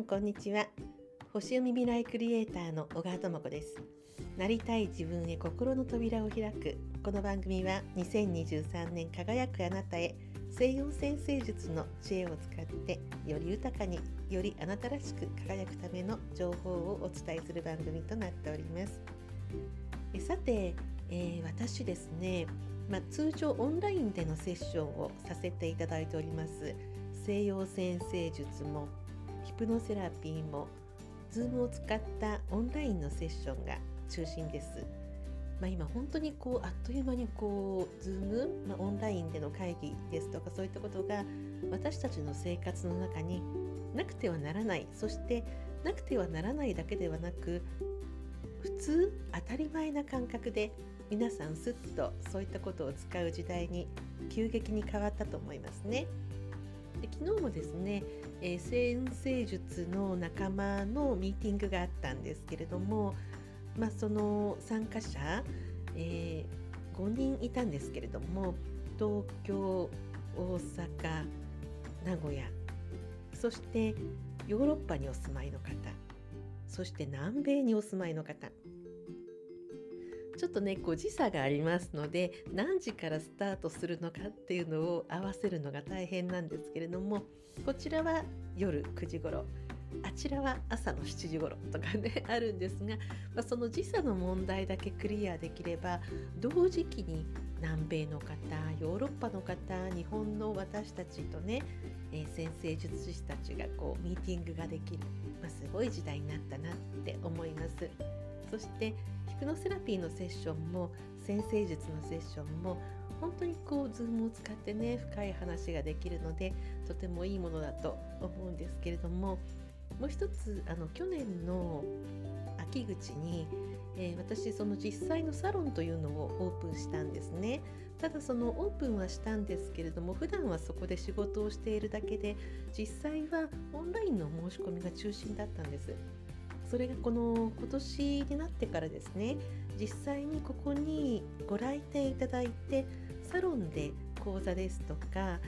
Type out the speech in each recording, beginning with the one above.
こんにちは。星読み未来クリエイターの小川智子です。なりたい自分へ心の扉を開く。この番組は2023年輝くあなたへ、西洋占星術の知恵を使ってより豊かに、よりあなたらしく輝くための情報をお伝えする番組となっております。さて、私ですね、通常オンラインでのセッションをさせていただいております。西洋占星術もヒプノセラピーも Zoom を使ったオンラインのセッションが中心です。今本当にあっという間にZoom、オンラインでの会議ですとか、そういったことが私たちの生活の中になくてはならない。そしてなくてはならないだけではなく、普通当たり前な感覚で皆さんすっとそういったことを使う時代に急激に変わったと思いますね。で、昨日もですね、占星術の仲間のミーティングがあったんですけれども、その参加者、5人いたんですけれども、東京、大阪、名古屋、そしてヨーロッパにお住まいの方、そして南米にお住まいの方、ちょっとね時差がありますので、何時からスタートするのかっていうのを合わせるのが大変なんですけれども、こちらは夜9時頃、あちらは朝の7時頃とかねあるんですが、その時差の問題だけクリアできれば、同時期に南米の方、ヨーロッパの方、日本の私たちとね、占星術師たちがミーティングができる、すごい時代になったなって思います。そしてヒプノセラピーのセッションも占星術のセッションも本当にZoomを使ってね深い話ができるので、とてもいいものだと思うんですけれども、もう一つ去年の秋口に、私その実際のサロンというのをオープンしたんですね。ただそのオープンはしたんですけれども、普段はそこで仕事をしているだけで、実際はオンラインの申し込みが中心だったんです。それが今年になってからですね、実際にここにご来店いただいて、サロンで講座ですとか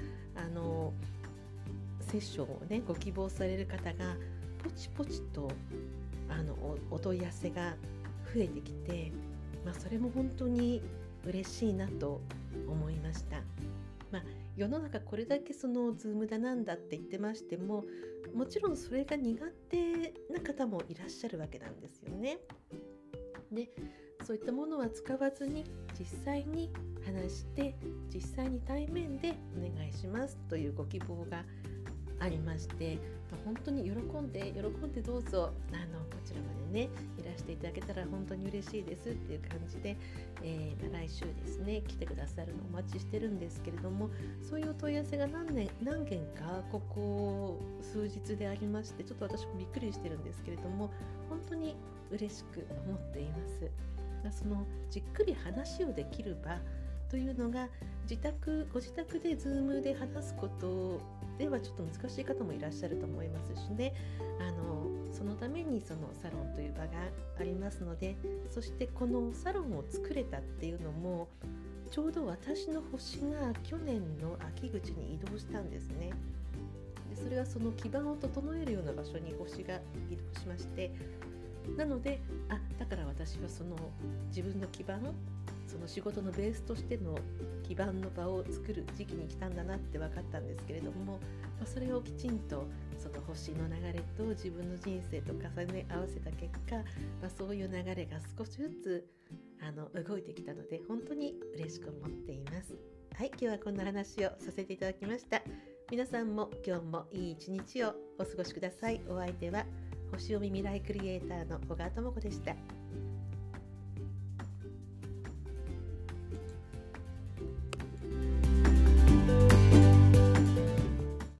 セッションをねご希望される方がポチポチとお問い合わせが増えてきて、それも本当に嬉しいなと思いました。世の中これだけそのZoomだなんだって言ってましても、もちろんそれが苦手な方もいらっしゃるわけなんですよね。で、そういったものは使わずに実際に話して、実際に対面でお願いしますというご希望がありまして、本当に喜んでどうぞこちらまでねいらしていただけたら本当に嬉しいですっていう感じで、来週ですね来てくださるのをお待ちしてるんですけれども、そういうお問い合わせが何件かここ数日でありまして、ちょっと私もびっくりしてるんですけれども、本当に嬉しく思っています。そのじっくり話をできる場というのがご自宅でZoomで話すことではちょっと難しい方もいらっしゃると思いますしね、そのためにそのサロンという場がありますので、そしてこのサロンを作れたっていうのもちょうど私の星が去年の秋口に移動したんですね。で、それはその基盤を整えるような場所に星が移動しまして、なのでだから私はその自分の基盤、その仕事のベースとしての基盤の場を作る時期に来たんだなって分かったんですけれども、それをきちんとその星の流れと自分の人生と重ね合わせた結果、そういう流れが少しずつ動いてきたので、本当に嬉しく思っています。はい、今日はこんな話をさせていただきました。皆さんも今日もいい一日をお過ごしください。お相手は星読み未来クリエイターの小川智子でした。